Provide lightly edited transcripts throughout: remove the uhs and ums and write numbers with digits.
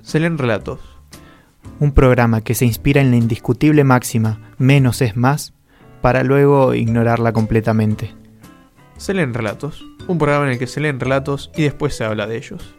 Se leen relatos. Un programa que se inspira en la indiscutible máxima menos es más, para luego ignorarla completamente. Se leen relatos. Un programa en el que se leen relatos y después se habla de ellos.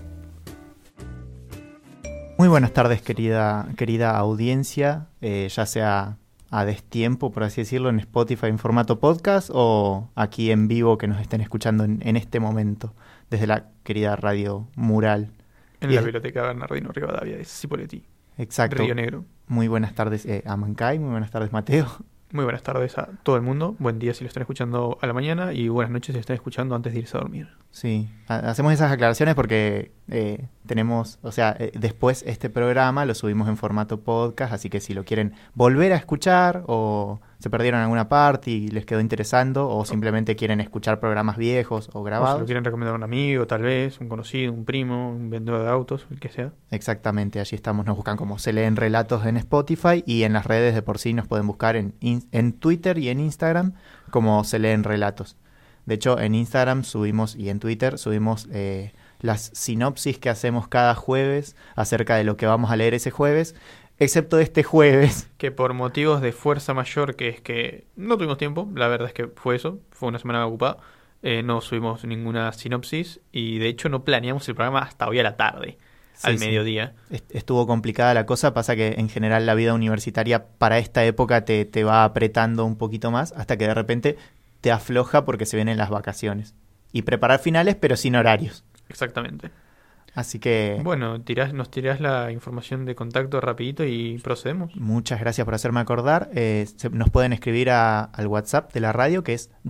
Muy buenas tardes, querida audiencia, ya sea a destiempo, por así decirlo, en Spotify en formato podcast o aquí en vivo que nos estén escuchando en este momento, desde la querida Radio Mural. En la biblioteca Bernardino Rivadavia de Cipolletti. Exacto. Río Negro. Muy buenas tardes a Mancay, muy buenas tardes Mateo. Muy buenas tardes a todo el mundo. Buen día si lo están escuchando a la mañana y buenas noches si lo están escuchando antes de irse a dormir. Sí, hacemos esas aclaraciones porque tenemos, después este programa lo subimos en formato podcast, así que si lo quieren volver a escuchar o se perdieron alguna parte y les quedó interesando o simplemente quieren escuchar programas viejos o grabados. O si lo quieren recomendar a un amigo, tal vez, un conocido, un primo, un vendedor de autos, el que sea. Exactamente, allí estamos, nos buscan como Se Leen Relatos en Spotify y en las redes de por sí nos pueden buscar en Twitter y en Instagram como Se Leen Relatos. De hecho, en Instagram subimos y en Twitter subimos las sinopsis que hacemos cada jueves acerca de lo que vamos a leer ese jueves, excepto este jueves. Que por motivos de fuerza mayor, que es que no tuvimos tiempo, la verdad es que fue eso, fue una semana ocupada, no subimos ninguna sinopsis y de hecho no planeamos el programa hasta hoy a la tarde, al mediodía. Estuvo complicada la cosa, pasa que en general la vida universitaria para esta época te va apretando un poquito más hasta que de repente te afloja porque se vienen las vacaciones. Y preparar finales, pero sin horarios. Exactamente. Así que... Bueno, nos tirás la información de contacto rapidito y procedemos. Muchas gracias por hacerme acordar. Nos pueden escribir al WhatsApp de la radio, que es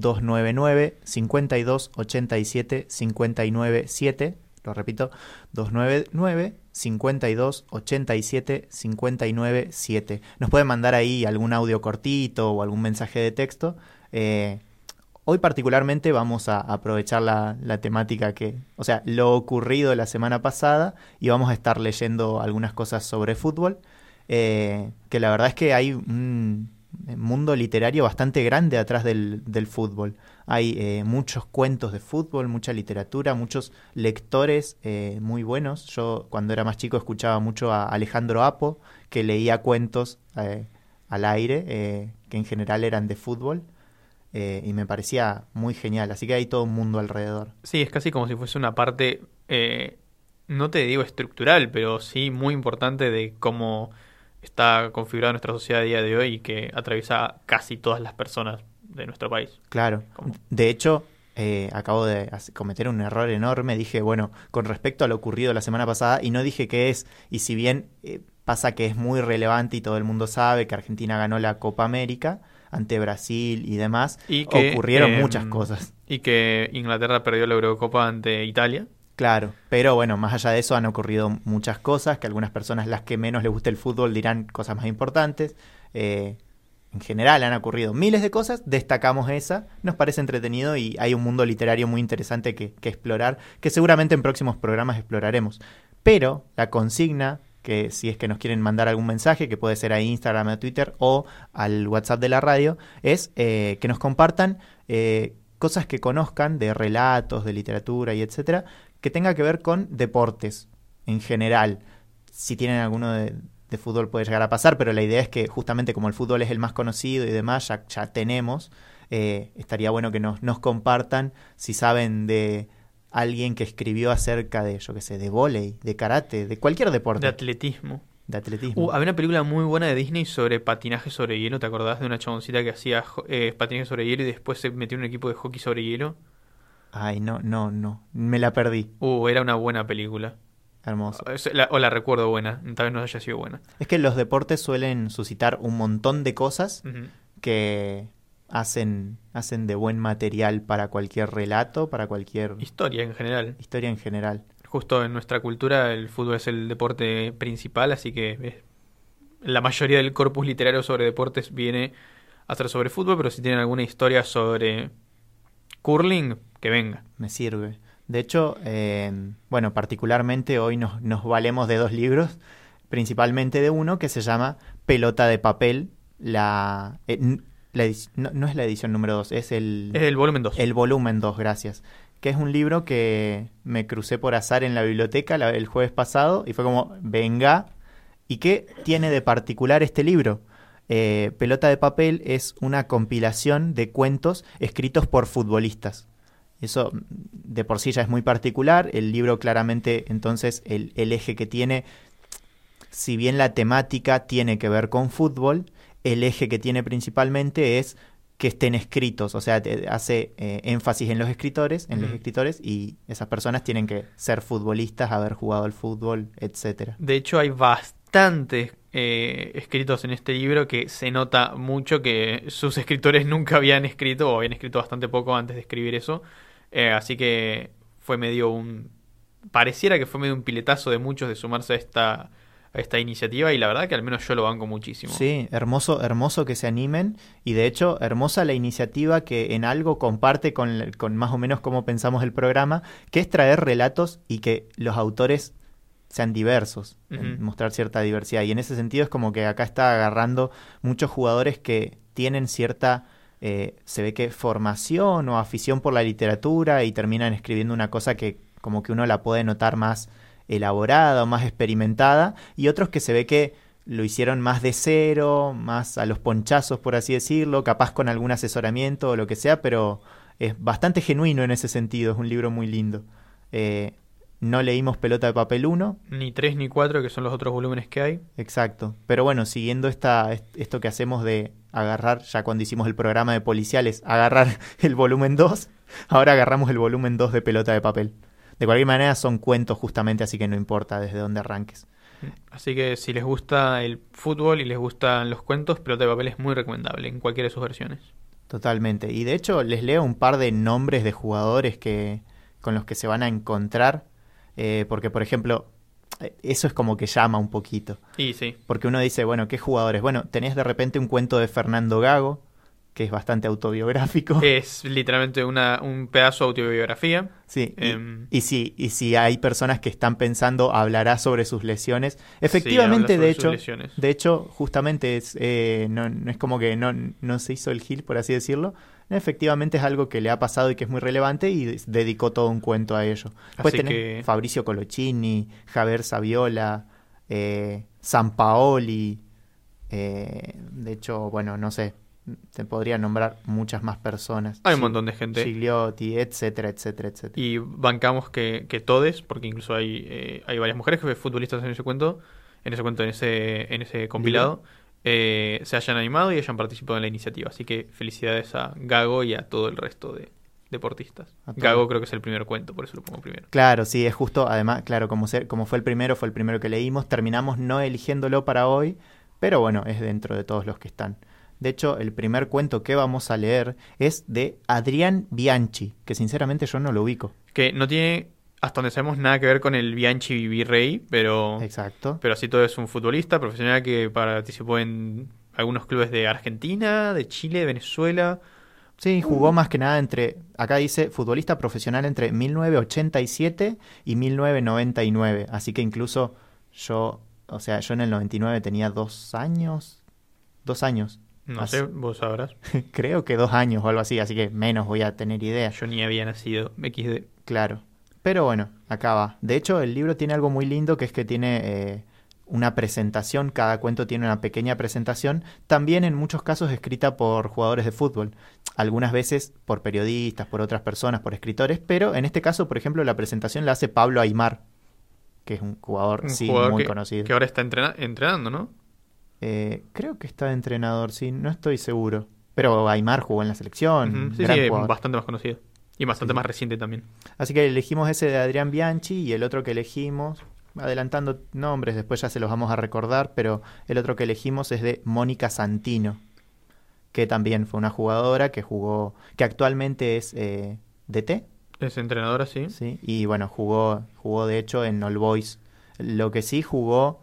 299-5287-597. Lo repito, 299-5287-597. Nos pueden mandar ahí algún audio cortito o algún mensaje de texto. Hoy particularmente vamos a aprovechar la temática lo ocurrido la semana pasada y vamos a estar leyendo algunas cosas sobre fútbol, que la verdad es que hay un mundo literario bastante grande atrás del fútbol. Hay muchos cuentos de fútbol, mucha literatura, muchos lectores muy buenos. Yo cuando era más chico escuchaba mucho a Alejandro Apo, que leía cuentos al aire, que en general eran de fútbol. Y me parecía muy genial, así que hay todo un mundo alrededor. Sí, es casi como si fuese una parte, no te digo estructural, pero sí muy importante de cómo está configurada nuestra sociedad a día de hoy y que atraviesa casi todas las personas de nuestro país. Claro, de hecho, acabo de cometer un error enorme, dije, bueno, con respecto a lo ocurrido la semana pasada, y no dije qué es, y si bien pasa que es muy relevante y todo el mundo sabe que Argentina ganó la Copa América ante Brasil y demás, y que, ocurrieron muchas cosas. Y que Inglaterra perdió la Eurocopa ante Italia. Claro, pero bueno, más allá de eso han ocurrido muchas cosas, que algunas personas, las que menos les gusta el fútbol, dirán cosas más importantes. En general han ocurrido miles de cosas, destacamos esa, nos parece entretenido y hay un mundo literario muy interesante que explorar, que seguramente en próximos programas exploraremos. Pero la consigna, que si es que nos quieren mandar algún mensaje, que puede ser a Instagram, a Twitter o al WhatsApp de la radio, es que nos compartan cosas que conozcan de relatos, de literatura y etcétera, que tenga que ver con deportes en general. Si tienen alguno de fútbol puede llegar a pasar, pero la idea es que justamente como el fútbol es el más conocido y demás, ya tenemos, estaría bueno que nos compartan si saben de alguien que escribió acerca de, de vóley, de karate, de cualquier deporte. De atletismo. Había una película muy buena de Disney sobre patinaje sobre hielo. ¿Te acordás de una chaboncita que hacía patinaje sobre hielo y después se metió en un equipo de hockey sobre hielo? Ay, no, me la perdí. Era una buena película. Hermoso. O la recuerdo buena, tal vez no haya sido buena. Es que los deportes suelen suscitar un montón de cosas que hacen de buen material para cualquier relato, para cualquier... Historia en general. Justo en nuestra cultura el fútbol es el deporte principal, así que la mayoría del corpus literario sobre deportes viene a ser sobre fútbol, pero si tienen alguna historia sobre curling, que venga. Me sirve. De hecho, particularmente hoy nos valemos de 2 libros, principalmente de uno que se llama Pelota de papel, no es la edición número 2, es el volumen 2. El volumen 2, gracias. que es un libro que me crucé por azar en la biblioteca el jueves pasado y fue como, venga, ¿y qué tiene de particular este libro? Pelota de papel es una compilación de cuentos escritos por futbolistas. Eso de por sí ya es muy particular. El libro claramente, entonces, el eje que tiene, si bien la temática tiene que ver con fútbol, el eje que tiene principalmente es que estén escritos, o sea, hace énfasis en los escritores, los escritores, y esas personas tienen que ser futbolistas, haber jugado al fútbol, etcétera. De hecho, hay bastantes escritos en este libro que se nota mucho que sus escritores nunca habían escrito, o habían escrito bastante poco antes de escribir eso, así que fue pareciera que fue medio un piletazo de muchos de sumarse a esta iniciativa, y la verdad que al menos yo lo banco muchísimo. Sí, hermoso que se animen, y de hecho hermosa la iniciativa que en algo comparte con más o menos cómo pensamos el programa, que es traer relatos y que los autores sean diversos, mostrar cierta diversidad, y en ese sentido es como que acá está agarrando muchos jugadores que tienen cierta, se ve que formación o afición por la literatura y terminan escribiendo una cosa que como que uno la puede notar más elaborada o más experimentada, y otros que se ve que lo hicieron más de cero, más a los ponchazos, por así decirlo, capaz con algún asesoramiento o lo que sea, pero es bastante genuino en ese sentido, es un libro muy lindo. No leímos Pelota de Papel 1. Ni 3 ni 4, que son los otros volúmenes que hay. Exacto, pero bueno, siguiendo esto que hacemos de agarrar, ya cuando hicimos el programa de policiales, agarrar el volumen 2, ahora agarramos el volumen 2 de Pelota de Papel. De cualquier manera son cuentos justamente, así que no importa desde dónde arranques. Así que si les gusta el fútbol y les gustan los cuentos, Pelota de Papel es muy recomendable en cualquiera de sus versiones. Totalmente. Y de hecho les leo un par de nombres de jugadores con los que se van a encontrar, porque por ejemplo, eso es como que llama un poquito. Y sí. Porque uno dice, bueno, ¿qué jugadores? Bueno, tenés de repente un cuento de Fernando Gago, que es bastante autobiográfico. Es literalmente un pedazo de autobiografía. Sí, y si hay personas que están pensando, hablará sobre sus lesiones. Efectivamente, sí, de hecho, justamente no es como que no se hizo el gil, por así decirlo. Efectivamente es algo que le ha pasado y que es muy relevante, y dedicó todo un cuento a ello. Después tenés Fabrizio Coloccini, Javier Saviola, Sampaoli, de hecho, bueno, no sé, te podría nombrar muchas más personas. Hay un montón de gente. Gigliotti, etcétera, etcétera, etcétera. Y bancamos que todes, porque incluso hay varias mujeres que son futbolistas en ese cuento, en ese compilado, se hayan animado y hayan participado en la iniciativa. Así que felicidades a Gago y a todo el resto de deportistas. Gago creo que es el primer cuento, por eso lo pongo primero. Claro, sí, es justo. Además, claro, como fue el primero que leímos, terminamos no eligiéndolo para hoy, pero bueno, es dentro de todos los que están. De hecho, el primer cuento que vamos a leer es de Adrián Bianchi, que sinceramente yo no lo ubico. Que no tiene, hasta donde sabemos, nada que ver con el Bianchi Virrey, pero... Exacto. Pero así todo es un futbolista profesional que participó en algunos clubes de Argentina, de Chile, de Venezuela. Sí, jugó más que nada acá dice, futbolista profesional entre 1987 y 1999. Así que incluso yo en el 99 tenía 2 años. 2 años. No sé, vos sabrás. Creo que 2 años o algo así, así que menos voy a tener idea. Yo ni había nacido, XD. Claro, pero bueno, acá va. De hecho, el libro tiene algo muy lindo, que es que tiene una presentación, cada cuento tiene una pequeña presentación, también en muchos casos escrita por jugadores de fútbol, algunas veces por periodistas, por otras personas, por escritores, pero en este caso, por ejemplo, la presentación la hace Pablo Aimar, que es un jugador muy conocido. Que ahora está entrenando, ¿no? Creo que está de entrenador, sí, no estoy seguro. Pero Aimar jugó en la selección. Sí, bastante más conocido. Y bastante más reciente también. Así que elegimos ese de Adrián Bianchi, y el otro que elegimos, adelantando nombres, después ya se los vamos a recordar, pero el otro que elegimos es de Mónica Santino, que también fue una jugadora que actualmente es DT. Es entrenadora, sí. Sí, y bueno, jugó de hecho en All Boys. Lo que sí jugó...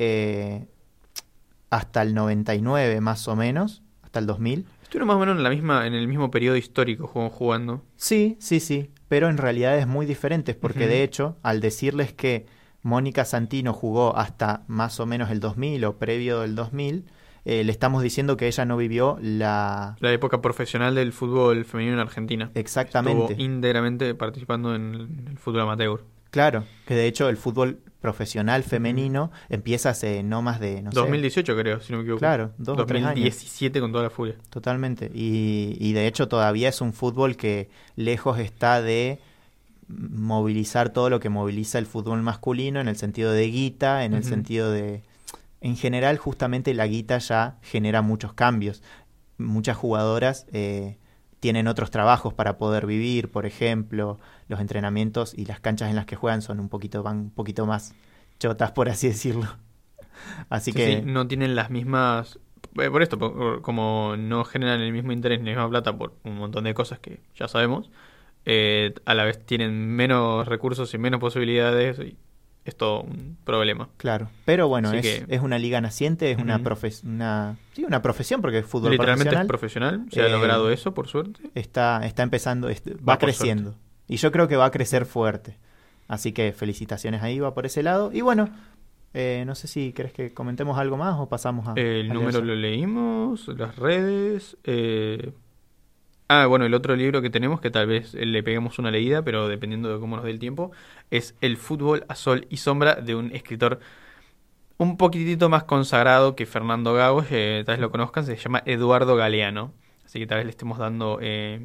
hasta el 99 más o menos, hasta el 2000. Estuvieron más o menos en el mismo periodo histórico jugando. Sí, pero en realidades muy diferentes, porque de hecho, al decirles que Mónica Santino jugó hasta más o menos el 2000 o previo del 2000, le estamos diciendo que ella no vivió la época profesional del fútbol femenino en Argentina. Exactamente. Estuvo íntegramente participando en el fútbol amateur. Claro, que de hecho el fútbol profesional femenino empieza hace no más de, 2018 creo, si no me equivoco. Claro, 2 o 3 años. 2017 con toda la furia. Totalmente. Y de hecho todavía es un fútbol que lejos está de movilizar todo lo que moviliza el fútbol masculino, en el sentido de guita, en el sentido de... En general, justamente la guita ya genera muchos cambios. Muchas jugadoras tienen otros trabajos para poder vivir, por ejemplo, los entrenamientos y las canchas en las que juegan van un poquito más chotas, por así decirlo. Así que... Sí, no tienen las mismas... Por esto, como no generan el mismo interés ni la misma plata por un montón de cosas que ya sabemos, a la vez tienen menos recursos y menos posibilidades, y es todo un problema. Claro, pero bueno, es una liga naciente, es una profesión, porque es fútbol literalmente profesional. Es profesional, se ha logrado eso, por suerte. Está empezando, va creciendo. Y yo creo que va a crecer fuerte. Así que felicitaciones ahí, va por ese lado. Y bueno, no sé si querés que comentemos algo más o pasamos a... El número lo leímos, las redes... bueno, el otro libro que tenemos, que tal vez le peguemos una leída, pero dependiendo de cómo nos dé el tiempo, es El fútbol a sol y sombra, de un escritor un poquitito más consagrado que Fernando Gago, tal vez lo conozcan, se llama Eduardo Galeano. Así que tal vez le estemos dando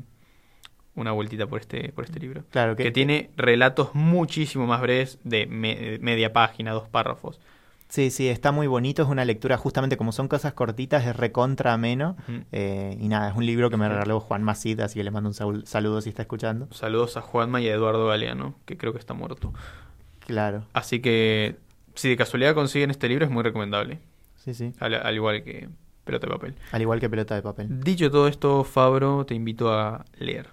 una vueltita por este libro. Claro que tiene relatos muchísimo más breves, de media página, 2 párrafos. Sí, está muy bonito, es una lectura, justamente como son cosas cortitas, es recontra ameno, y nada, es un libro que me regaló Juan Macid, así que le mando un saludo si está escuchando. Saludos a Juanma y a Eduardo Galeano, que creo que está muerto. Claro. Así que, si de casualidad consiguen este libro, es muy recomendable. Sí. Al igual que Pelota de Papel. Al igual que Pelota de Papel. Dicho todo esto, Fabro, te invito a leer.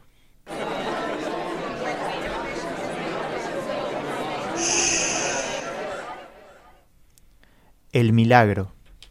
El milagro.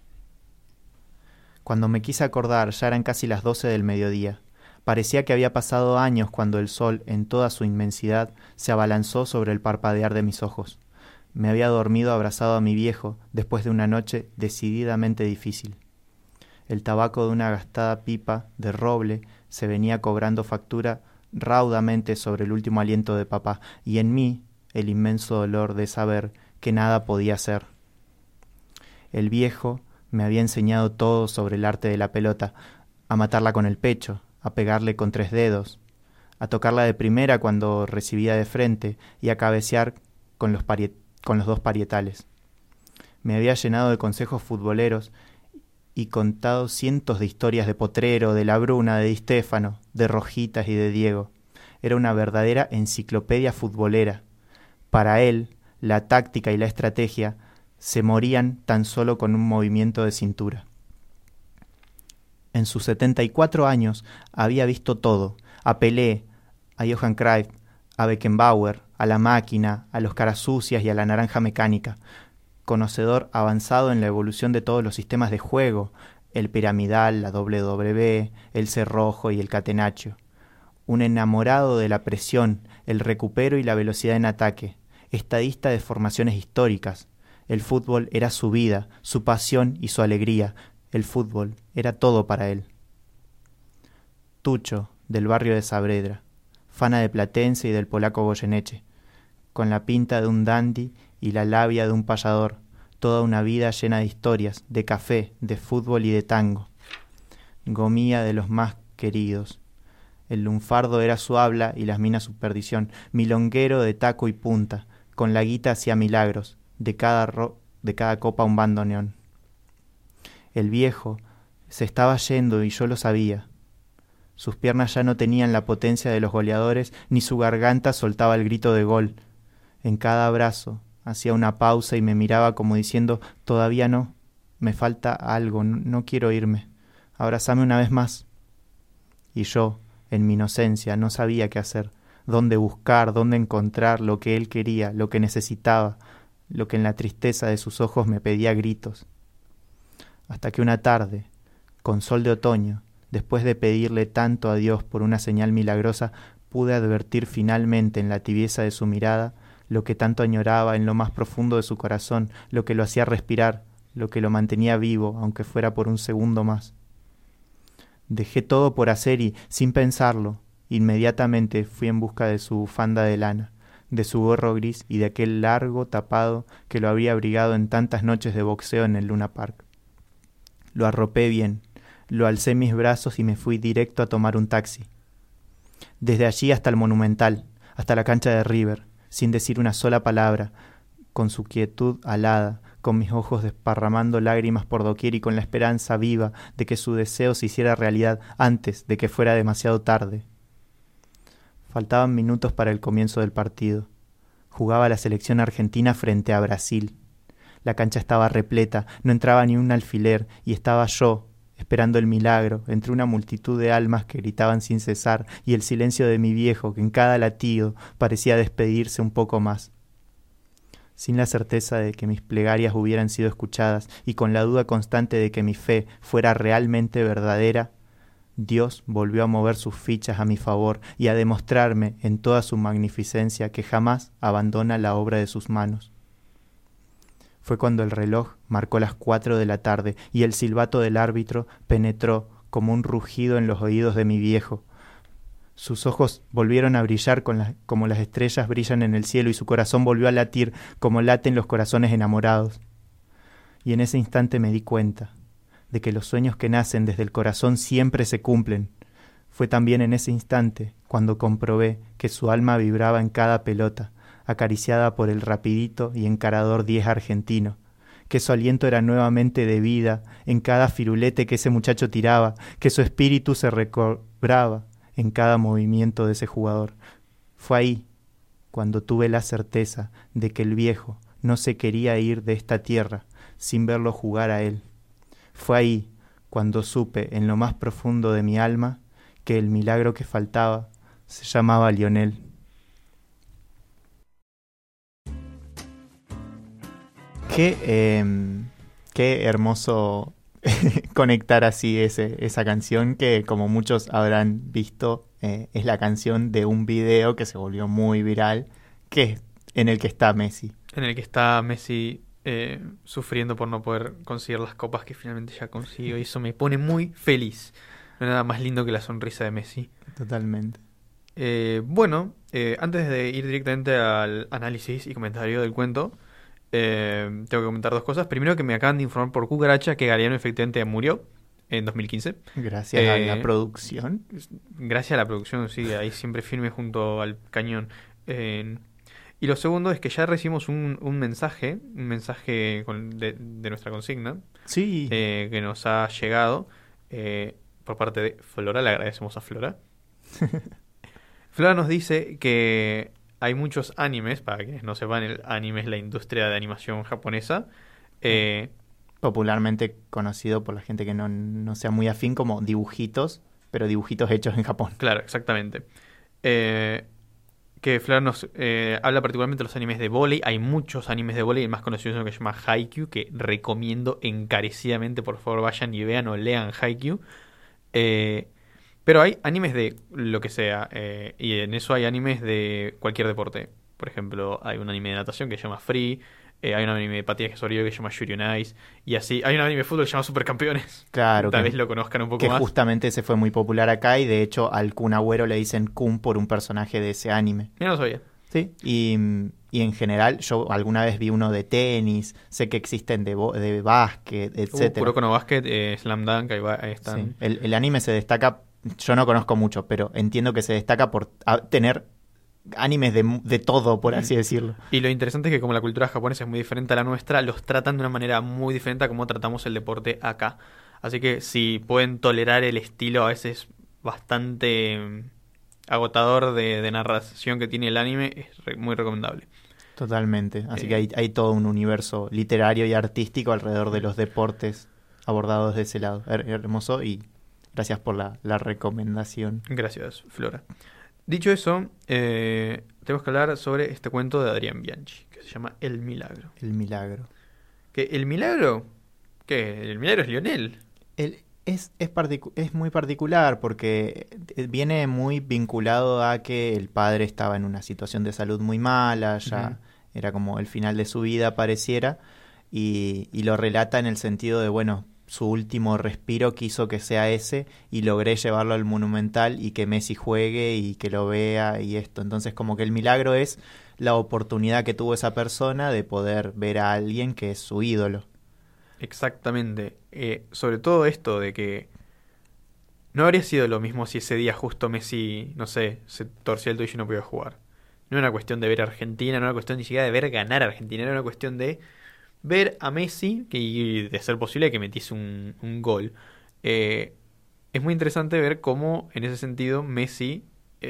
Cuando me quise acordar, ya eran casi las 12 del mediodía. Parecía que había pasado años cuando el sol, en toda su inmensidad, se abalanzó sobre el parpadear de mis ojos. Me había dormido abrazado a mi viejo después de una noche decididamente difícil. El tabaco de una gastada pipa de roble se venía cobrando factura raudamente sobre el último aliento de papá, y en mí el inmenso dolor de saber que nada podía hacer. El viejo me había enseñado todo sobre el arte de la pelota, a matarla con el pecho, a pegarle con 3 dedos, a tocarla de primera cuando recibía de frente y a cabecear con los 2 parietales. Me había llenado de consejos futboleros y contado cientos de historias de Potrero, de La Bruna, de Di Stéfano, de Rojitas y de Diego. Era una verdadera enciclopedia futbolera. Para él, la táctica y la estrategia se morían tan solo con un movimiento de cintura. En sus 74 años había visto todo, a Pelé, a Johan Cruyff, a Beckenbauer, a la máquina, a los caras sucias y a la naranja mecánica. Conocedor avanzado en la evolución de todos los sistemas de juego, el piramidal, la WWE, el cerrojo y el catenaccio. Un enamorado de la presión, el recupero y la velocidad en ataque, estadista de formaciones históricas. El fútbol era su vida, su pasión y su alegría. El fútbol era todo para él. Tucho, del barrio de Saavedra, fana de Platense y del polaco Goyeneche, con la pinta de un dandy y la labia de un payador, toda una vida llena de historias, de café, de fútbol y de tango. Gomía de los más queridos. El lunfardo era su habla y las minas su perdición, milonguero de taco y punta, con la guita hacía milagros, de cada copa un bandoneón. El viejo se estaba yendo y yo lo sabía. Sus piernas ya no tenían la potencia de los goleadores, ni su garganta soltaba el grito de gol. En cada abrazo hacía una pausa y me miraba como diciendo: todavía no, me falta algo, no quiero irme, abrázame una vez más. Y yo, en mi inocencia, no sabía qué hacer, dónde buscar, dónde encontrar lo que él quería, lo que necesitaba, lo que en la tristeza de sus ojos me pedía a gritos. Hasta que una tarde, con sol de otoño, después de pedirle tanto a Dios por una señal milagrosa, pude advertir finalmente en la tibieza de su mirada lo que tanto añoraba en lo más profundo de su corazón, lo que lo hacía respirar, lo que lo mantenía vivo, aunque fuera por un segundo más. Dejé todo por hacer y, sin pensarlo, inmediatamente fui en busca de su bufanda de lana, de su gorro gris y de aquel largo tapado que lo habría abrigado en tantas noches de boxeo en el Luna Park. Lo arropé bien, lo alcé en mis brazos y me fui directo a tomar un taxi. Desde allí hasta el Monumental, hasta la cancha de River, sin decir una sola palabra, con su quietud alada, con mis ojos desparramando lágrimas por doquier y con la esperanza viva de que su deseo se hiciera realidad antes de que fuera demasiado tarde. Faltaban minutos para el comienzo del partido. Jugaba la selección argentina frente a Brasil. La cancha estaba repleta, no entraba ni un alfiler, y estaba yo, esperando el milagro, entre una multitud de almas que gritaban sin cesar, y el silencio de mi viejo, que en cada latido parecía despedirse un poco más. Sin la certeza de que mis plegarias hubieran sido escuchadas, y con la duda constante de que mi fe fuera realmente verdadera, Dios volvió a mover sus fichas a mi favor y a demostrarme en toda su magnificencia que jamás abandona la obra de sus manos. Fue cuando el reloj marcó las 4 de la tarde y el silbato del árbitro penetró como un rugido en los oídos de mi viejo. Sus ojos volvieron a brillar como las estrellas brillan en el cielo y su corazón volvió a latir como laten los corazones enamorados. Y en ese instante me di cuenta de que los sueños que nacen desde el corazón siempre se cumplen. Fue también en ese instante cuando comprobé que su alma vibraba en cada pelota, acariciada por el rapidito y encarador 10 argentino, que su aliento era nuevamente de vida en cada firulete que ese muchacho tiraba, que su espíritu se recobraba en cada movimiento de ese jugador. Fue ahí cuando tuve la certeza de que el viejo no se quería ir de esta tierra sin verlo jugar a él. Fue ahí cuando supe en lo más profundo de mi alma que el milagro que faltaba se llamaba Lionel. Qué hermoso conectar así esa canción que, como muchos habrán visto, es la canción de un video que se volvió muy viral, en el que está Messi. En el que está Messi sufriendo por no poder conseguir las copas que finalmente ya consiguió, y eso me pone muy feliz. No hay nada más lindo que la sonrisa de Messi. Totalmente. Antes de ir directamente al análisis y comentario del cuento, tengo que comentar dos cosas. Primero, que me acaban de informar por cucaracha que Galeano efectivamente murió en 2015. Gracias a la producción. Gracias a la producción, sí, ahí siempre firme junto al cañón. Y lo segundo es que ya recibimos un mensaje de nuestra consigna, sí, que nos ha llegado por parte de Flora. Le agradecemos a Flora. Flora nos dice que hay muchos animes, para quienes no sepan, el anime es la industria de animación japonesa. Popularmente conocido por la gente que no sea muy afín como dibujitos, pero dibujitos hechos en Japón. Claro, exactamente. Que Flora nos habla particularmente de los animes de vóley. Hay muchos animes de vóley, el más conocido es uno que se llama Haikyuu, que recomiendo encarecidamente, por favor vayan y vean o lean Haikyuu. Pero hay animes de lo que sea, y en eso hay animes de cualquier deporte. Por ejemplo, hay un anime de natación que se llama Free, hay un anime de patinaje sobre hielo que se llama Yuri on Ice, y así hay un anime de fútbol que se llama Supercampeones. Claro, tal vez lo conozcan un poco más. Que justamente ese fue muy popular acá, y de hecho al Kun Agüero le dicen Kun por un personaje de ese anime. Yo no lo sabía. Sí, y en general yo alguna vez vi uno de tenis, sé que existen de básquet, etcétera. Kuroko no Basket, Slam Dunk, ahí están. Sí. El anime se destaca, yo no conozco mucho, pero entiendo que se destaca por tener animes de todo, por así decirlo. Y lo interesante es que como la cultura japonesa es muy diferente a la nuestra, los tratan de una manera muy diferente a como tratamos el deporte acá. Así que si pueden tolerar el estilo a veces bastante agotador de narración que tiene el anime, es muy recomendable. Totalmente. Así que hay todo un universo literario y artístico alrededor de los deportes abordados de ese lado. Hermoso, y gracias por la recomendación. Gracias, Flora. Dicho eso, tenemos que hablar sobre este cuento de Adrián Bianchi, que se llama El Milagro. El Milagro. ¿Que el milagro? ¿Qué? ¿El milagro es Lionel? Es muy particular porque viene muy vinculado a que el padre estaba en una situación de salud muy mala, ya era como el final de su vida pareciera, y lo relata en el sentido de, bueno, su último respiro quiso que sea ese y logré llevarlo al Monumental y que Messi juegue y que lo vea y esto. Entonces como que el milagro es la oportunidad que tuvo esa persona de poder ver a alguien que es su ídolo. Exactamente. Sobre todo esto de que no habría sido lo mismo si ese día justo Messi, no sé, se torció el tobillo y no podía jugar. No era una cuestión de ver a Argentina, no era una cuestión ni siquiera de ver ganar a Argentina, era una cuestión de ver a Messi y de ser posible que metiese un gol. Es muy interesante ver cómo, en ese sentido, Messi,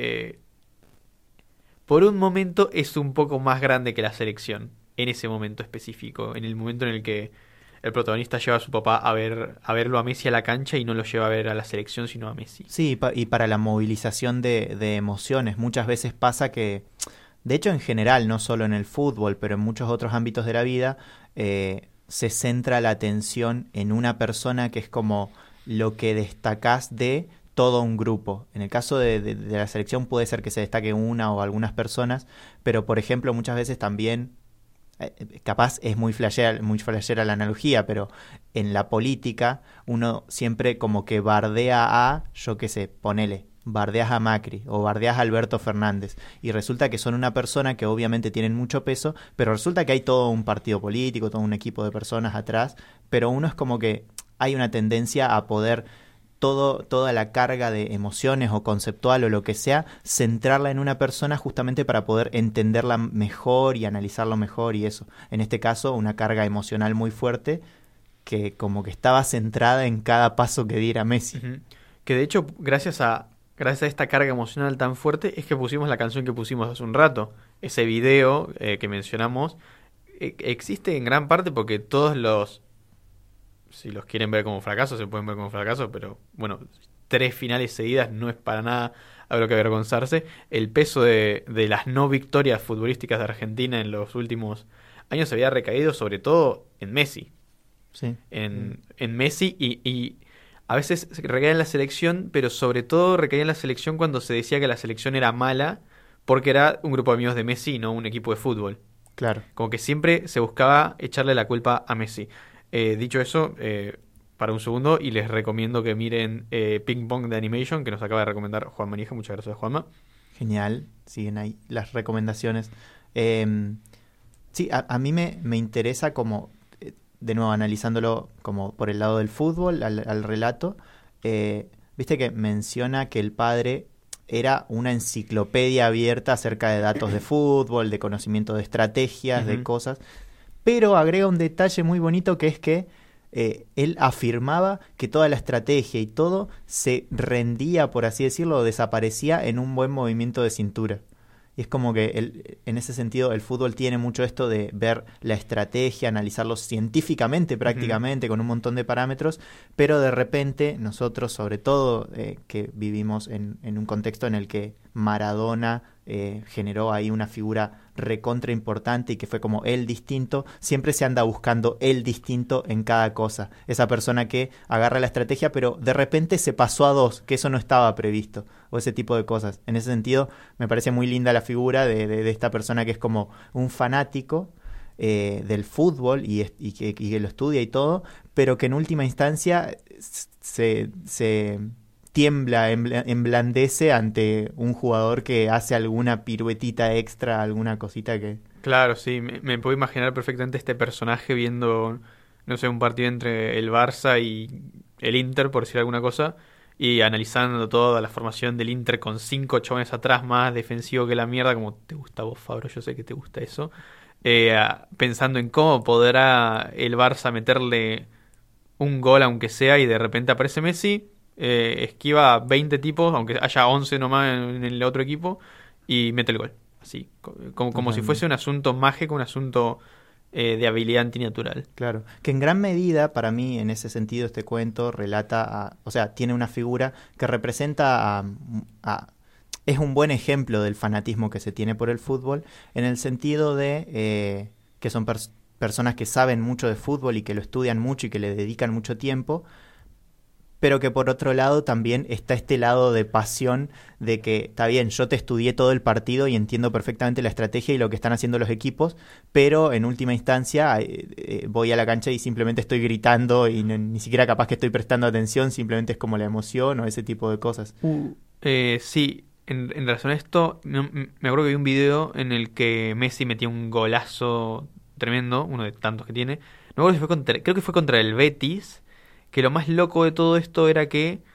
por un momento, es un poco más grande que la selección, en ese momento específico, en el momento en el que el protagonista lleva a su papá a verlo a Messi a la cancha y no lo lleva a ver a la selección, sino a Messi. Sí, y para la movilización de emociones. Muchas veces pasa que, de hecho en general, no solo en el fútbol, pero en muchos otros ámbitos de la vida, se centra la atención en una persona que es como lo que destacás de todo un grupo. En el caso de la selección puede ser que se destaque una o algunas personas, pero por ejemplo muchas veces también, capaz es muy flashera la analogía, pero en la política uno siempre como que bardea a, yo qué sé, ponele, bardeas a Macri o bardeas a Alberto Fernández y resulta que son una persona que obviamente tienen mucho peso, pero resulta que hay todo un partido político, todo un equipo de personas atrás, pero uno es como que hay una tendencia a poder toda la carga de emociones o conceptual o lo que sea, centrarla en una persona justamente para poder entenderla mejor y analizarlo mejor y eso. En este caso, una carga emocional muy fuerte que como que estaba centrada en cada paso que diera Messi. Uh-huh. Que de hecho, gracias a esta carga emocional tan fuerte, es que pusimos la canción que pusimos hace un rato. Ese video que mencionamos existe en gran parte porque todos los... Si los quieren ver como fracaso, se pueden ver como fracaso, pero bueno, 3 finales seguidas no es para nada algo que avergonzarse. El peso de las no victorias futbolísticas de Argentina en los últimos años se había recaído sobre todo en Messi. Sí. En Messi y a veces recaía en la selección, pero sobre todo recaía en la selección cuando se decía que la selección era mala porque era un grupo de amigos de Messi y no un equipo de fútbol. Claro. Como que siempre se buscaba echarle la culpa a Messi. Dicho eso, para un segundo, y les recomiendo que miren Ping Pong de Animation, que nos acaba de recomendar Juan Manija. Muchas gracias, Juanma. Genial, siguen ahí las recomendaciones. Sí, a mí me interesa como, de nuevo, analizándolo como por el lado del fútbol, al relato. Viste que menciona que el padre era una enciclopedia abierta acerca de datos de fútbol, de conocimiento de estrategias, de cosas, pero agrega un detalle muy bonito que es que él afirmaba que toda la estrategia y todo se rendía, por así decirlo, o desaparecía en un buen movimiento de cintura. Y es como que en ese sentido el fútbol tiene mucho esto de ver la estrategia, analizarlo científicamente prácticamente, con un montón de parámetros, pero de repente nosotros, sobre todo que vivimos en un contexto en el que Maradona generó ahí una figura recontra importante y que fue como el distinto, siempre se anda buscando el distinto en cada cosa. Esa persona que agarra la estrategia pero de repente se pasó a 2, que eso no estaba previsto, o ese tipo de cosas. En ese sentido me parece muy linda la figura de esta persona que es como un fanático del fútbol y que lo estudia y todo, pero que en última instancia se tiembla, emblandece ante un jugador que hace alguna piruetita extra, alguna cosita que... Claro, sí, me puedo imaginar perfectamente este personaje viendo, no sé, un partido entre el Barça y el Inter, por decir alguna cosa, y analizando toda la formación del Inter con 5 chabones atrás, más defensivo que la mierda, como te gusta a vos, Fabro, yo sé que te gusta eso, pensando en cómo podrá el Barça meterle un gol aunque sea, y de repente aparece Messi, esquiva 20 tipos, aunque haya 11 nomás en el otro equipo, y mete el gol. Así, como si fuese un asunto mágico, un asunto de habilidad antinatural. Claro, que en gran medida, para mí, en ese sentido, este cuento relata, o sea, tiene una figura que representa es un buen ejemplo del fanatismo que se tiene por el fútbol, en el sentido de que son personas que saben mucho de fútbol y que lo estudian mucho y que le dedican mucho tiempo, pero que por otro lado también está este lado de pasión de que, está bien, yo te estudié todo el partido y entiendo perfectamente la estrategia y lo que están haciendo los equipos, pero en última instancia voy a la cancha y simplemente estoy gritando y ni siquiera capaz que estoy prestando atención, simplemente es como la emoción o ese tipo de cosas. Sí, en relación a esto, me acuerdo que vi un video en el que Messi metía un golazo tremendo, uno de tantos que tiene. No me acuerdo si creo que fue contra el Betis, que lo más loco de todo esto era que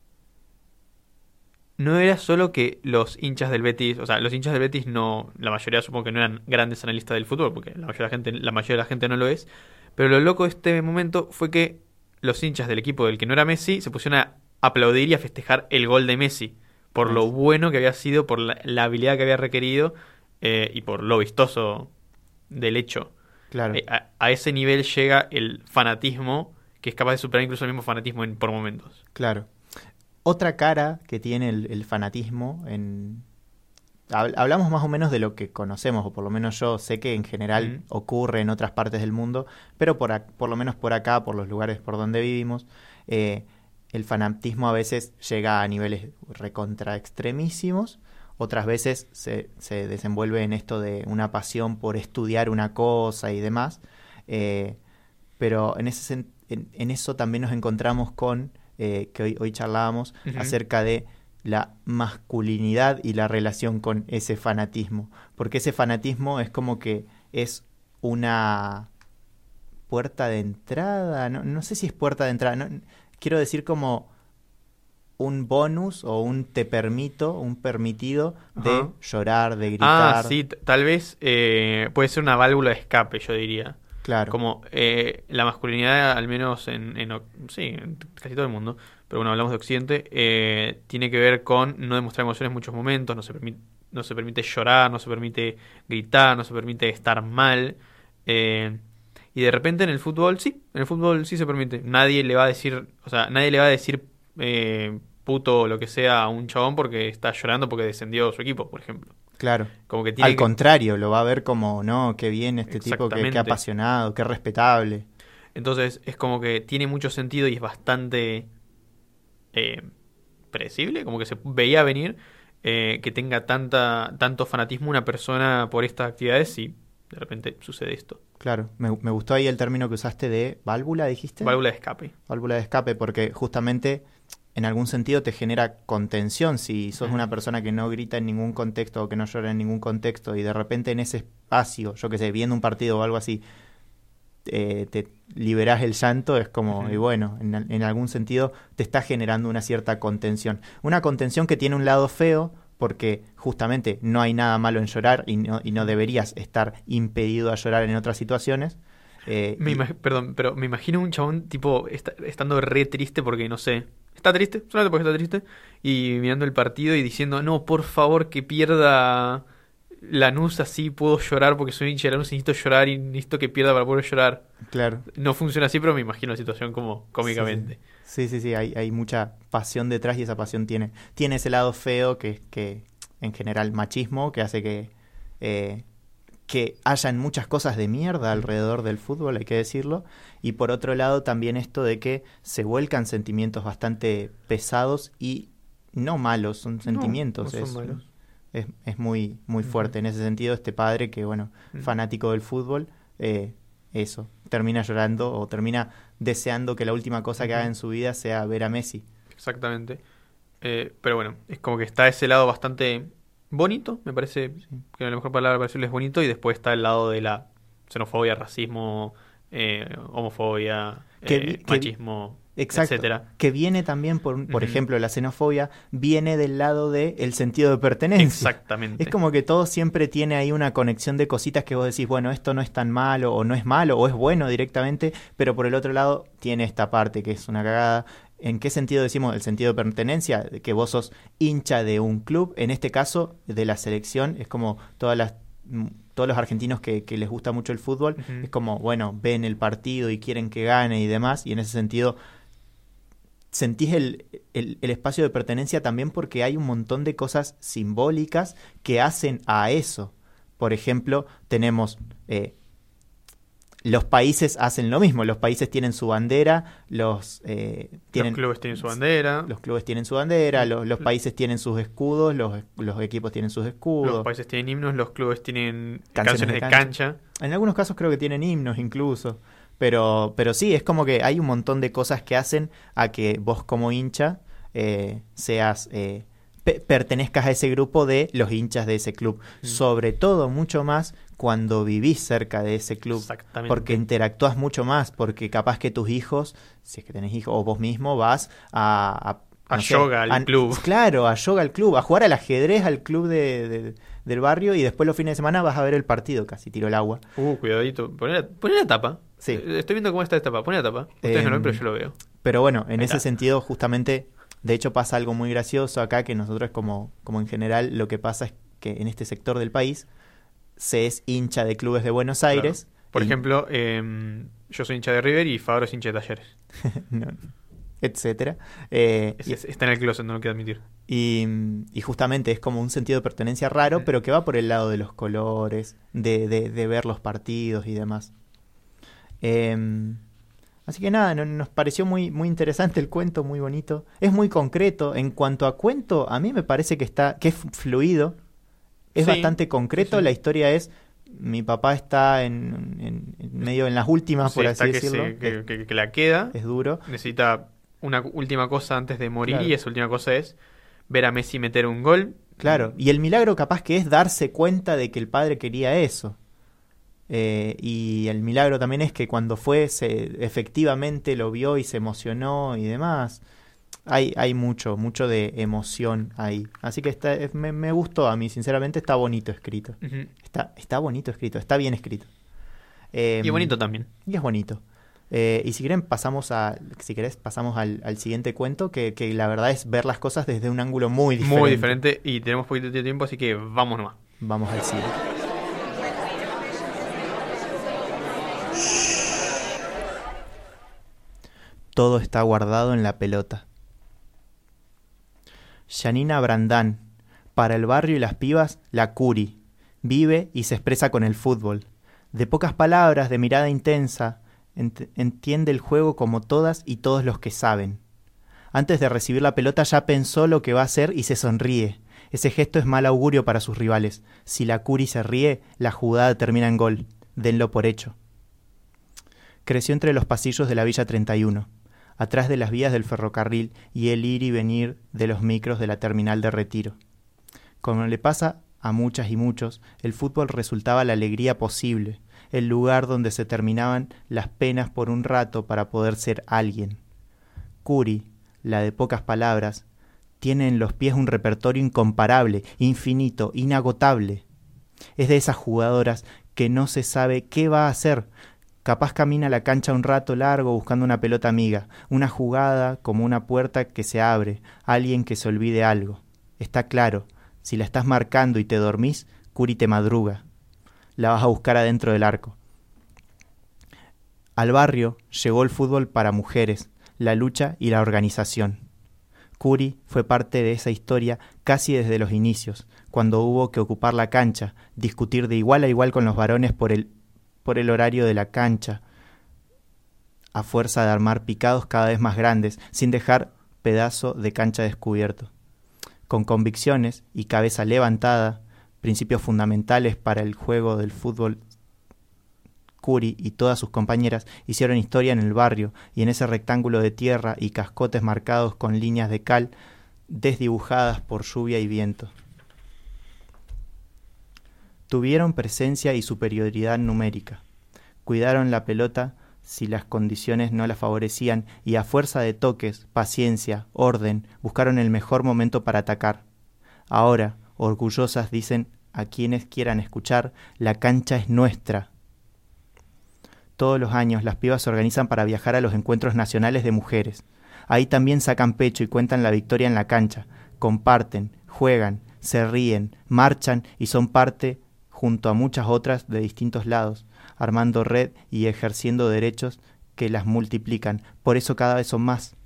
no era solo que los hinchas del Betis, o sea, los hinchas del Betis no, la mayoría supongo que no eran grandes analistas del fútbol, porque la mayoría de la gente no lo es, pero lo loco de este momento fue que los hinchas del equipo del que no era Messi se pusieron a aplaudir y a festejar el gol de Messi, por lo bueno que había sido, por la habilidad que había requerido y por lo vistoso del hecho. Claro. A ese nivel llega el fanatismo, que es capaz de superar incluso el mismo fanatismo por momentos. Claro. Otra cara que tiene el fanatismo, hablamos más o menos de lo que conocemos, o por lo menos yo sé que en general ocurre en otras partes del mundo, pero por lo menos por acá, por los lugares por donde vivimos, el fanatismo a veces llega a niveles recontra extremísimos, otras veces se desenvuelve en esto de una pasión por estudiar una cosa y demás, pero en eso también nos encontramos con, que hoy charlábamos, acerca de la masculinidad y la relación con ese fanatismo, porque ese fanatismo es como que es una puerta de entrada, no sé si es puerta de entrada, no, quiero decir como un bonus o un permitido de llorar, de gritar. Sí, tal vez puede ser una válvula de escape, yo diría. Claro. Como la masculinidad, al menos en casi todo el mundo, pero bueno, hablamos de Occidente, tiene que ver con no demostrar emociones en muchos momentos, no se permite llorar, no se permite gritar, no se permite estar mal. Y de repente en el fútbol sí se permite. Nadie le va a decir puto o lo que sea a un chabón porque está llorando porque descendió su equipo, por ejemplo. Claro. Como que al contrario, lo va a ver como, no, qué bien este tipo, qué apasionado, qué respetable. Entonces es como que tiene mucho sentido y es bastante predecible, como que se veía venir que tenga tanto fanatismo una persona por estas actividades y de repente sucede esto. Claro, me gustó ahí el término que usaste de válvula, ¿dijiste? Válvula de escape. Válvula de escape, porque justamente en algún sentido te genera contención. Si sos una persona que no grita en ningún contexto o que no llora en ningún contexto y de repente en ese espacio, yo qué sé, viendo un partido o algo así, te liberás el llanto, es como, y bueno, en algún sentido te está generando una cierta contención. Una contención que tiene un lado feo, porque justamente no hay nada malo en llorar y no deberías estar impedido a llorar en otras situaciones. Perdón, pero me imagino un chabón tipo estando re triste porque, no sé, está triste, solamente porque está triste, y mirando el partido y diciendo, no, por favor que pierda Lanús, así puedo llorar porque soy hincha de Lanús y necesito llorar y necesito que pierda para poder llorar. Claro. No funciona así, pero me imagino la situación como cómicamente. Sí, hay mucha pasión detrás y esa pasión tiene ese lado feo que en general machismo, que hace que hayan muchas cosas de mierda alrededor del fútbol, hay que decirlo, y por otro lado también esto de que se vuelcan sentimientos bastante pesados y no malos, son sentimientos. No son malos. Es muy, muy fuerte. En ese sentido, este padre que, bueno, fanático del fútbol, eso, termina llorando o termina deseando que la última cosa que haga en su vida sea ver a Messi. Exactamente. Pero bueno, es como que está ese lado bastante bonito, me parece que la mejor palabra para decirlo es bonito, y después está el lado de la xenofobia, racismo, homofobia, machismo, exacto, etcétera. Que viene también, por ejemplo, la xenofobia viene del lado del sentido de pertenencia. Exactamente. Es como que todo siempre tiene ahí una conexión de cositas que vos decís, bueno, esto no es tan malo, o no es malo, o es bueno directamente, pero por el otro lado tiene esta parte que es una cagada. ¿En qué sentido decimos el sentido de pertenencia? Que vos sos hincha de un club, en este caso de la selección, es como todos los argentinos que les gusta mucho el fútbol, es como, bueno, ven el partido y quieren que gane y demás, y en ese sentido sentís el espacio de pertenencia también porque hay un montón de cosas simbólicas que hacen a eso. Por ejemplo, tenemos los países hacen lo mismo. Los países tienen su bandera, los clubes tienen su bandera. Los clubes tienen su bandera, los países tienen sus escudos, los equipos tienen sus escudos. Los países tienen himnos, los clubes tienen canciones de cancha. En algunos casos creo que tienen himnos incluso. Pero sí, es como que hay un montón de cosas que hacen a que vos como hincha seas... pertenezcas a ese grupo de los hinchas de ese club. Sobre todo, mucho más cuando vivís cerca de ese club. Exactamente. Porque interactúas mucho más, porque capaz que tus hijos, si es que tenés hijos, o vos mismo vas a yoga al club. Claro, a yoga al club, a jugar al ajedrez al club del barrio, y después los fines de semana vas a ver el partido, casi tiro el agua. Cuidadito. Poné la tapa. Sí. Estoy viendo cómo está esta tapa. Poné la tapa. Ustedes no lo ven, pero yo lo veo. Pero bueno, en ese sentido, justamente... De hecho, pasa algo muy gracioso acá, que nosotros como en general lo que pasa es que en este sector del país se es hincha de clubes de Buenos Aires. Claro. Por ejemplo, yo soy hincha de River y Fabro es hincha de Talleres. No, etcétera. Está en el closet, no lo quiero admitir. Y justamente es como un sentido de pertenencia raro, pero que va por el lado de los colores, de ver los partidos y demás. Así que nada, nos pareció muy, muy interesante el cuento, muy bonito. Es muy concreto. En cuanto a cuento, a mí me parece que es fluido. Es bastante concreto. Sí. La historia es, mi papá está en medio en las últimas, por así decirlo. Que la queda. Es duro. Necesita una última cosa antes de morir, claro. Y esa última cosa es ver a Messi meter un gol. Claro, y el milagro capaz que es darse cuenta de que el padre quería eso. Y el milagro también es que cuando efectivamente lo vio y se emocionó y demás. Hay mucho de emoción ahí. Así que me gustó a mí, sinceramente. Está bonito escrito. Uh-huh. Está bonito escrito, está bien escrito. Y bonito también. Y es bonito. Y si quieren pasamos al siguiente cuento, que la verdad es ver las cosas desde un ángulo muy diferente. Muy diferente, y tenemos poquito de tiempo, así que vamos nomás. Vamos al cine. Todo está guardado en la pelota. Janina Brandán. Para el barrio y las pibas, la Curi. Vive y se expresa con el fútbol. De pocas palabras, de mirada intensa, entiende el juego como todas y todos los que saben. Antes de recibir la pelota ya pensó lo que va a hacer y se sonríe. Ese gesto es mal augurio para sus rivales. Si la Curi se ríe, la jugada termina en gol. Denlo por hecho. Creció entre los pasillos de la Villa 31. Atrás de las vías del ferrocarril y el ir y venir de los micros de la terminal de Retiro. Como le pasa a muchas y muchos, el fútbol resultaba la alegría posible, el lugar donde se terminaban las penas por un rato para poder ser alguien. Curi, la de pocas palabras, tiene en los pies un repertorio incomparable, infinito, inagotable. Es de esas jugadoras que no se sabe qué va a hacer. Capaz camina a la cancha un rato largo buscando una pelota amiga, una jugada como una puerta que se abre, alguien que se olvide algo. Está claro, si la estás marcando y te dormís, Curi te madruga. La vas a buscar adentro del arco. Al barrio llegó el fútbol para mujeres, la lucha y la organización. Curi fue parte de esa historia casi desde los inicios, cuando hubo que ocupar la cancha, discutir de igual a igual con los varones por el horario de la cancha, a fuerza de armar picados cada vez más grandes, sin dejar pedazo de cancha descubierto. Con convicciones y cabeza levantada, principios fundamentales para el juego del fútbol, Curi y todas sus compañeras hicieron historia en el barrio y en ese rectángulo de tierra y cascotes marcados con líneas de cal desdibujadas por lluvia y viento. Tuvieron presencia y superioridad numérica. Cuidaron la pelota si las condiciones no la favorecían y a fuerza de toques, paciencia, orden, buscaron el mejor momento para atacar. Ahora, orgullosas, dicen a quienes quieran escuchar, la cancha es nuestra. Todos los años las pibas se organizan para viajar a los encuentros nacionales de mujeres. Ahí también sacan pecho y cuentan la victoria en la cancha. Comparten, juegan, se ríen, marchan y son parte junto a muchas otras de distintos lados, armando red y ejerciendo derechos que las multiplican. Por eso cada vez son más.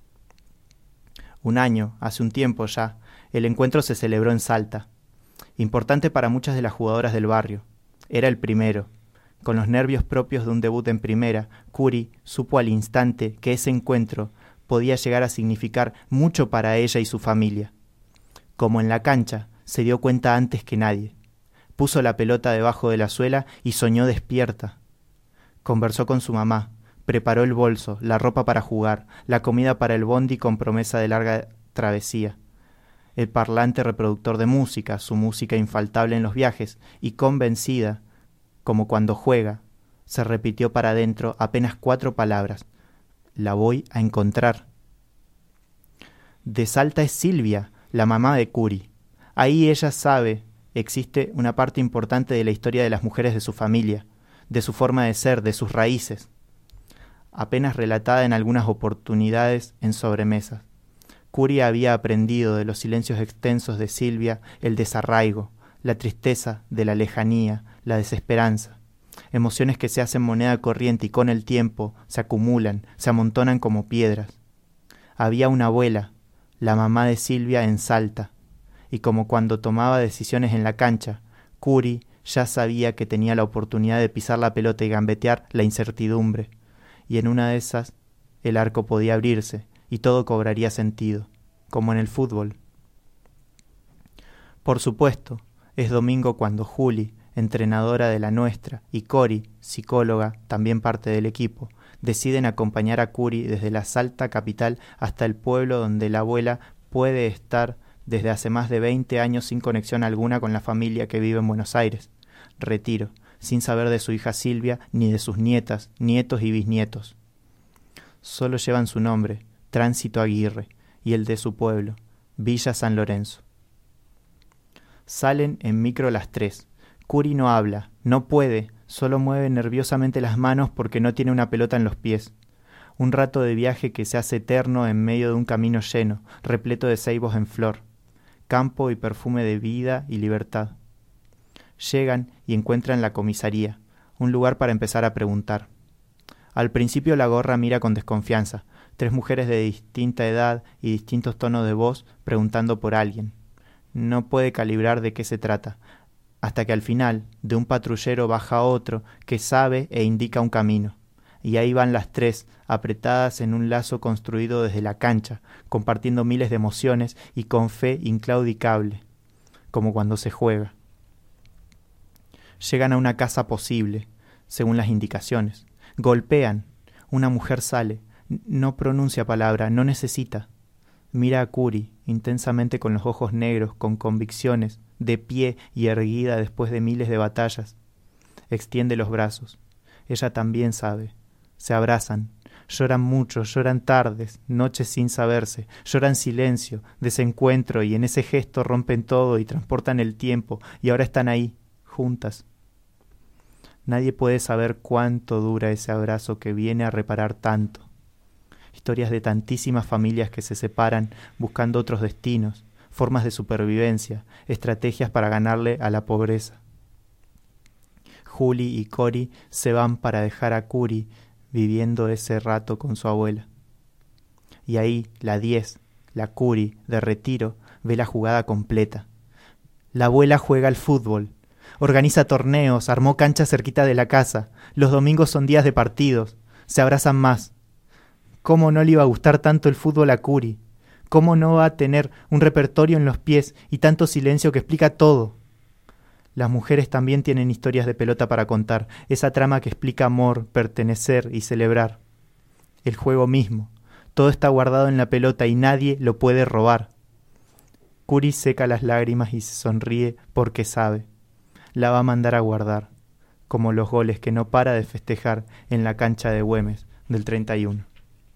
Un año, hace un tiempo ya, el encuentro se celebró en Salta. Importante para muchas de las jugadoras del barrio. Era el primero. Con los nervios propios de un debut en primera, Curi supo al instante que ese encuentro podía llegar a significar mucho para ella y su familia. Como en la cancha, se dio cuenta antes que nadie. Puso la pelota debajo de la suela y soñó despierta. Conversó con su mamá, preparó el bolso, la ropa para jugar, la comida para el bondi con promesa de larga travesía, el parlante reproductor de música, su música infaltable en los viajes, y convencida, como cuando juega, se repitió para adentro apenas 4 palabras: la voy a encontrar. De Salta es Silvia, la mamá de Curi. Ahí ella sabe, existe una parte importante de la historia de las mujeres de su familia, de su forma de ser, de sus raíces, apenas relatada en algunas oportunidades en sobremesas. Curi había aprendido de los silencios extensos de Silvia el desarraigo, la tristeza de la lejanía, la desesperanza, emociones que se hacen moneda corriente y con el tiempo se acumulan, se amontonan como piedras. Había una abuela, la mamá de Silvia, en Salta, y como cuando tomaba decisiones en la cancha, Curi ya sabía que tenía la oportunidad de pisar la pelota y gambetear la incertidumbre, y en una de esas el arco podía abrirse y todo cobraría sentido, como en el fútbol. Por supuesto, es domingo cuando Juli, entrenadora de la nuestra, y Cori, psicóloga, también parte del equipo, deciden acompañar a Curi desde la Salta capital hasta el pueblo donde la abuela puede estar desde hace más de 20 años sin conexión alguna con la familia que vive en Buenos Aires, Retiro, sin saber de su hija Silvia ni de sus nietas, nietos y bisnietos. Solo llevan su nombre, Tránsito Aguirre, y el de su pueblo, Villa San Lorenzo. Salen en micro las 3. Curi no habla, no puede, solo mueve nerviosamente las manos porque no tiene una pelota en los pies. Un rato de viaje que se hace eterno en medio de un camino lleno, repleto de ceibos en flor, campo y perfume de vida y libertad. Llegan y encuentran la comisaría, un lugar para empezar a preguntar. Al principio la gorra mira con desconfianza, 3 mujeres de distinta edad y distintos tonos de voz preguntando por alguien. No puede calibrar de qué se trata, hasta que al final de un patrullero baja otro que sabe e indica un camino. Y ahí van las 3, apretadas en un lazo construido desde la cancha, compartiendo miles de emociones y con fe inclaudicable, como cuando se juega. Llegan a una casa posible, según las indicaciones. Golpean. Una mujer sale. No pronuncia palabra, no necesita. Mira a Curi, intensamente con los ojos negros, con convicciones, de pie y erguida después de miles de batallas. Extiende los brazos. Ella también sabe. Se abrazan. Lloran mucho, lloran tardes, noches sin saberse. Lloran silencio, desencuentro, y en ese gesto rompen todo y transportan el tiempo, y ahora están ahí, juntas. Nadie puede saber cuánto dura ese abrazo que viene a reparar tanto. Historias de tantísimas familias que se separan buscando otros destinos, formas de supervivencia, estrategias para ganarle a la pobreza. Juli y Cori se van para dejar a Curi viviendo ese rato con su abuela. Y ahí la 10, la Curi, de Retiro, ve la jugada completa. La abuela juega al fútbol. Organiza torneos, armó canchas cerquita de la casa. Los domingos son días de partidos. Se abrazan más. ¿Cómo no le iba a gustar tanto el fútbol a Curi? ¿Cómo no va a tener un repertorio en los pies y tanto silencio que explica todo? Las mujeres también tienen historias de pelota para contar. Esa trama que explica amor, pertenecer y celebrar. El juego mismo. Todo está guardado en la pelota y nadie lo puede robar. Curi seca las lágrimas y se sonríe porque sabe. La va a mandar a guardar, como los goles que no para de festejar en la cancha de Güemes del 31.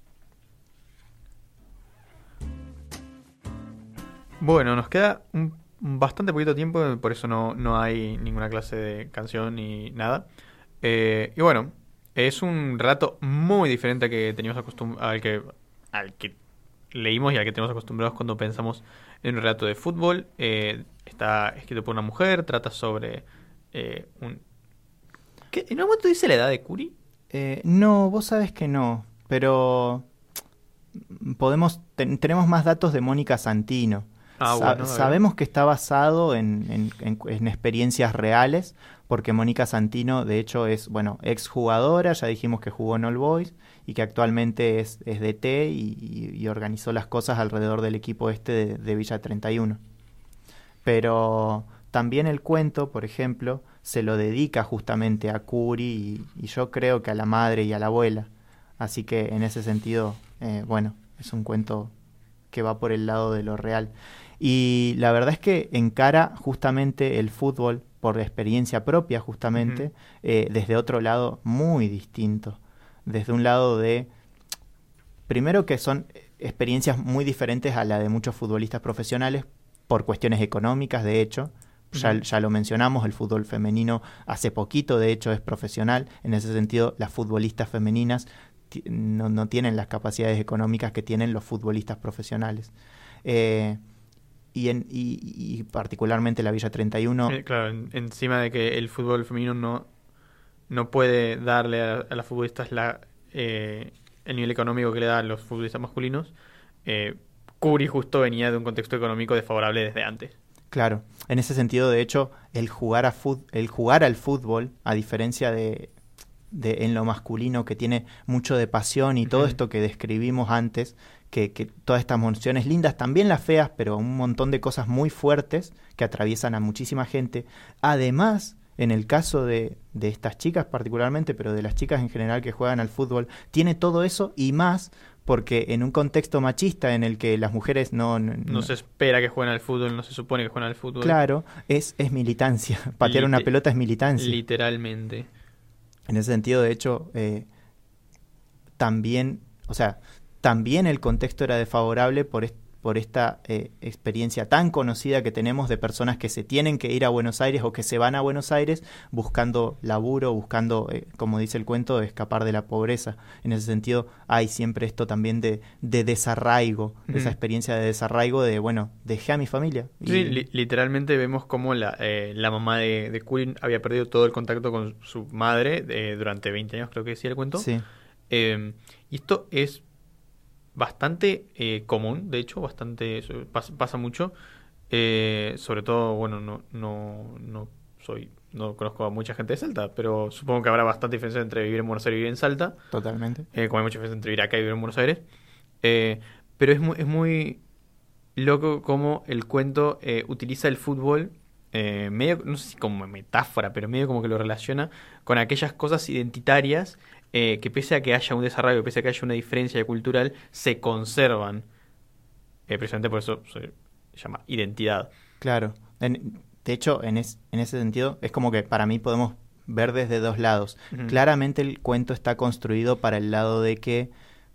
Bueno, nos queda bastante poquito tiempo, por eso no hay ninguna clase de canción ni nada. Y bueno, es un relato muy diferente al que teníamos al que leímos y al que tenemos acostumbrados cuando pensamos en un relato de fútbol. Está escrito por una mujer, trata sobre un... ¿Qué? ¿En algún momento dice la edad de Curi? No, vos sabés que no, pero tenemos más datos de Mónica Santino. Sabemos que está basado en experiencias reales, porque Mónica Santino, de hecho, es, bueno, exjugadora, ya dijimos que jugó en All Boys, y que actualmente es DT y organizó las cosas alrededor del equipo de Villa 31. Pero también el cuento, por ejemplo, se lo dedica justamente a Curi y yo creo que a la madre y a la abuela. Así que en ese sentido, bueno, es un cuento que va por el lado de lo real. Y la verdad es que encara justamente el fútbol por experiencia propia, justamente, desde otro lado muy distinto. Desde un lado de, primero que son experiencias muy diferentes a la de muchos futbolistas profesionales, por cuestiones económicas, de hecho. Ya lo mencionamos, el fútbol femenino hace poquito, de hecho, es profesional. En ese sentido, las futbolistas femeninas no tienen las capacidades económicas que tienen los futbolistas profesionales. Y particularmente la Villa 31... claro, encima de que el fútbol femenino no puede darle a las futbolistas el nivel económico que le dan los futbolistas masculinos, Curi justo venía de un contexto económico desfavorable desde antes. Claro, en ese sentido, de hecho, el jugar al fútbol, a diferencia de en lo masculino, que tiene mucho de pasión y todo esto que describimos antes, que todas estas emociones lindas, también las feas, pero un montón de cosas muy fuertes que atraviesan a muchísima gente. Además, en el caso de estas chicas particularmente, pero de las chicas en general que juegan al fútbol, tiene todo eso y más, porque en un contexto machista en el que las mujeres no se espera que jueguen al fútbol, no se supone que jueguen al fútbol. Claro, es militancia. Patear una pelota es militancia. Literalmente. En ese sentido, de hecho, también el contexto era desfavorable por esta experiencia tan conocida que tenemos de personas que se tienen que ir a Buenos Aires o que se van a Buenos Aires buscando laburo, buscando, como dice el cuento, escapar de la pobreza. En ese sentido, hay siempre esto también de desarraigo, esa experiencia de desarraigo de, bueno, dejé a mi familia. Sí, literalmente vemos cómo la mamá de Curi había perdido todo el contacto con su madre durante 20 años, creo que decía el cuento. Sí. Y esto es bastante común, de hecho, pasa mucho, sobre todo, bueno, no conozco a mucha gente de Salta, pero supongo que habrá bastante diferencia entre vivir en Buenos Aires y vivir en Salta. Totalmente. Como hay mucha diferencia entre vivir acá y vivir en Buenos Aires. Pero es muy loco cómo el cuento utiliza el fútbol medio, no sé si como metáfora, pero medio como que lo relaciona con aquellas cosas identitarias que pese a que haya un desarrollo, pese a que haya una diferencia cultural, se conservan. Precisamente por eso se llama identidad. Claro. De hecho, en ese sentido, es como que para mí podemos ver desde dos lados. Claramente el cuento está construido para el lado de que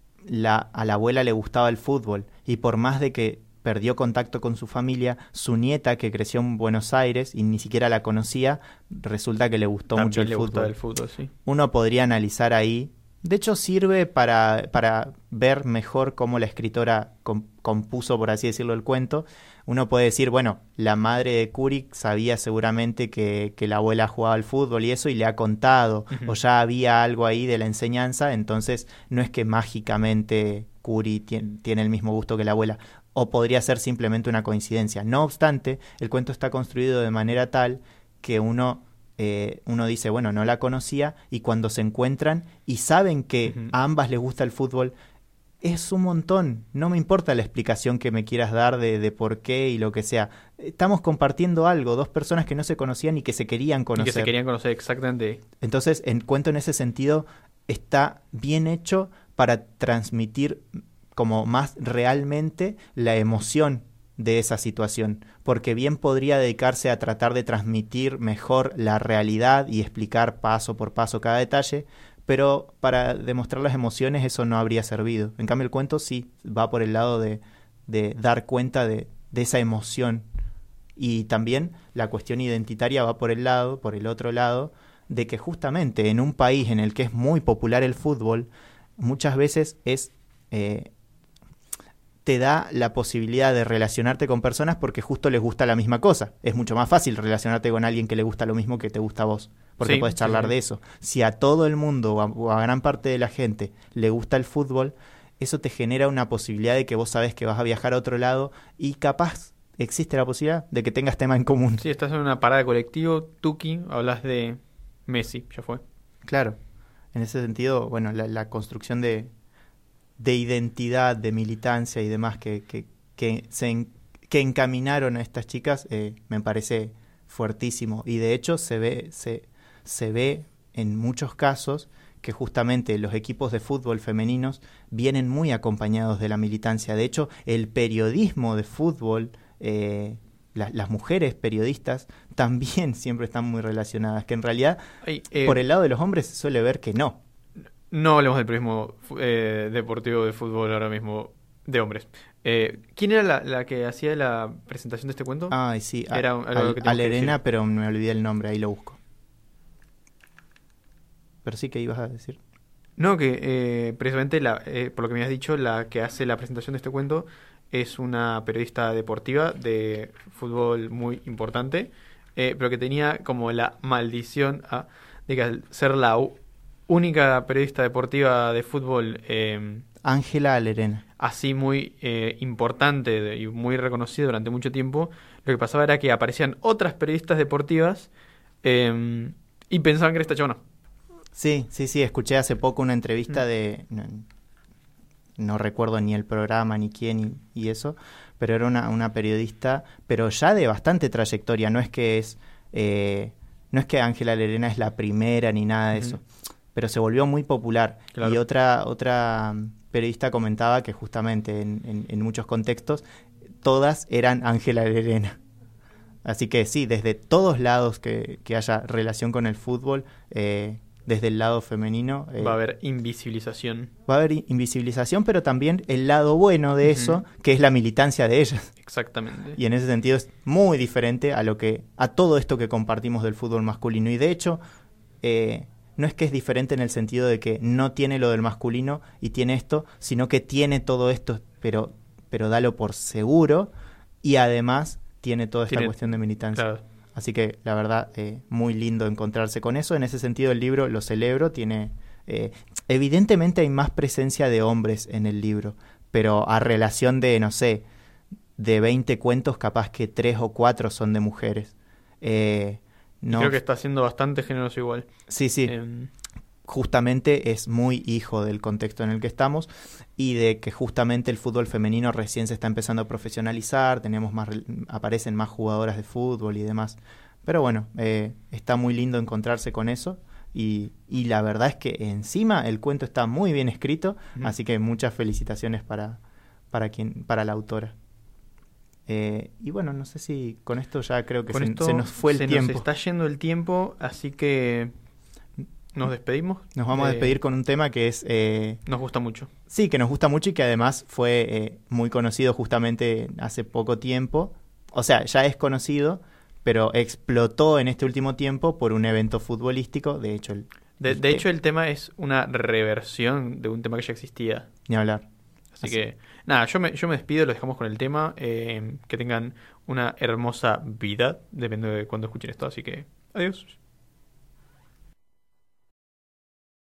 a la abuela le gustaba el fútbol, y por más de que perdió contacto con su familia, su nieta, que creció en Buenos Aires y ni siquiera la conocía, resulta que le gustó también mucho el fútbol. Gustaba el fútbol, sí. Uno podría analizar ahí. De hecho, sirve para ver mejor cómo la escritora compuso, por así decirlo, el cuento. Uno puede decir, bueno, la madre de Curi sabía seguramente que la abuela jugaba al fútbol y eso, y le ha contado, o ya había algo ahí de la enseñanza, entonces no es que mágicamente Curi tiene el mismo gusto que la abuela, o podría ser simplemente una coincidencia. No obstante, el cuento está construido de manera tal que uno dice, bueno, no la conocía, y cuando se encuentran y saben que a ambas les gusta el fútbol, es un montón. No me importa la explicación que me quieras dar de por qué y lo que sea. Estamos compartiendo algo, dos personas que no se conocían y que se querían conocer. Y que se querían conocer, exactamente. Entonces, el cuento en ese sentido está bien hecho para transmitir como más realmente la emoción de esa situación, porque bien podría dedicarse a tratar de transmitir mejor la realidad y explicar paso por paso cada detalle, pero para demostrar las emociones eso no habría servido. En cambio el cuento sí va por el lado de dar cuenta de esa emoción, y también la cuestión identitaria va por el otro lado, de que justamente en un país en el que es muy popular el fútbol, muchas veces te da la posibilidad de relacionarte con personas porque justo les gusta la misma cosa. Es mucho más fácil relacionarte con alguien que le gusta lo mismo que te gusta a vos, porque puedes charlar de eso. Si a todo el mundo o a gran parte de la gente le gusta el fútbol, eso te genera una posibilidad de que vos sabés que vas a viajar a otro lado y capaz existe la posibilidad de que tengas tema en común. Sí, estás en una parada de colectivo, Tuki, hablas de Messi, ya fue. Claro, en ese sentido, bueno, la construcción de identidad, de militancia y demás que encaminaron a estas chicas, me parece fuertísimo. Y de hecho se ve en muchos casos que justamente los equipos de fútbol femeninos vienen muy acompañados de la militancia. De hecho, el periodismo de fútbol, las mujeres periodistas también siempre están muy relacionadas, que en realidad por el lado de los hombres se suele ver que no. No hablemos del periodismo deportivo de fútbol ahora mismo de hombres. ¿Quién era la que hacía la presentación de este cuento? Ay, sí, era Alerena, pero me olvidé el nombre, ahí lo busco. Pero sí, ¿qué ibas a decir? No, que precisamente, por lo que me has dicho, la que hace la presentación de este cuento es una periodista deportiva de fútbol muy importante, pero que tenía como la maldición de que al ser la única periodista deportiva de fútbol... Ángela Alerena. Así muy importante y muy reconocida durante mucho tiempo, lo que pasaba era que aparecían otras periodistas deportivas y pensaban que era esta chabona. Sí, escuché hace poco una entrevista de... No recuerdo ni el programa, ni quién, y eso, pero era una periodista, pero ya de bastante trayectoria, no es que Ángela Lerena es la primera ni nada de eso, pero se volvió muy popular. Claro. Y otra periodista comentaba que justamente en muchos contextos todas eran Ángela Lerena. Así que sí, desde todos lados que haya relación con el fútbol, desde el lado femenino... va a haber invisibilización. Va a haber invisibilización, pero también el lado bueno de eso, que es la militancia de ellas. Exactamente. Y en ese sentido es muy diferente a todo esto que compartimos del fútbol masculino. Y de hecho, no es que es diferente en el sentido de que no tiene lo del masculino y tiene esto, sino que tiene todo esto, pero dalo por seguro, y además tiene toda esta cuestión de militancia. Claro. Así que la verdad, muy lindo encontrarse con eso. En ese sentido el libro lo celebro, tiene... evidentemente hay más presencia de hombres en el libro, pero a relación de, no sé, de 20 cuentos, capaz que 3 o 4 son de mujeres. No, creo que está siendo bastante generoso igual. Sí. Justamente es muy hijo del contexto en el que estamos y de que justamente el fútbol femenino recién se está empezando a profesionalizar, aparecen más jugadoras de fútbol y demás. Pero bueno, está muy lindo encontrarse con eso y la verdad es que encima el cuento está muy bien escrito, así que muchas felicitaciones para la autora. Y bueno, no sé si con esto ya creo que se nos fue el tiempo. Se nos está yendo el tiempo, así que... ¿Nos despedimos? Nos vamos a despedir con un tema que es... nos gusta mucho. Sí, que nos gusta mucho y que además fue muy conocido justamente hace poco tiempo. O sea, ya es conocido, pero explotó en este último tiempo por un evento futbolístico. De hecho, de hecho el tema es una reversión de un tema que ya existía. Ni hablar. Así que, nada, yo me despido, lo dejamos con el tema. Que tengan una hermosa vida, depende de cuándo escuchen esto. Así que, adiós.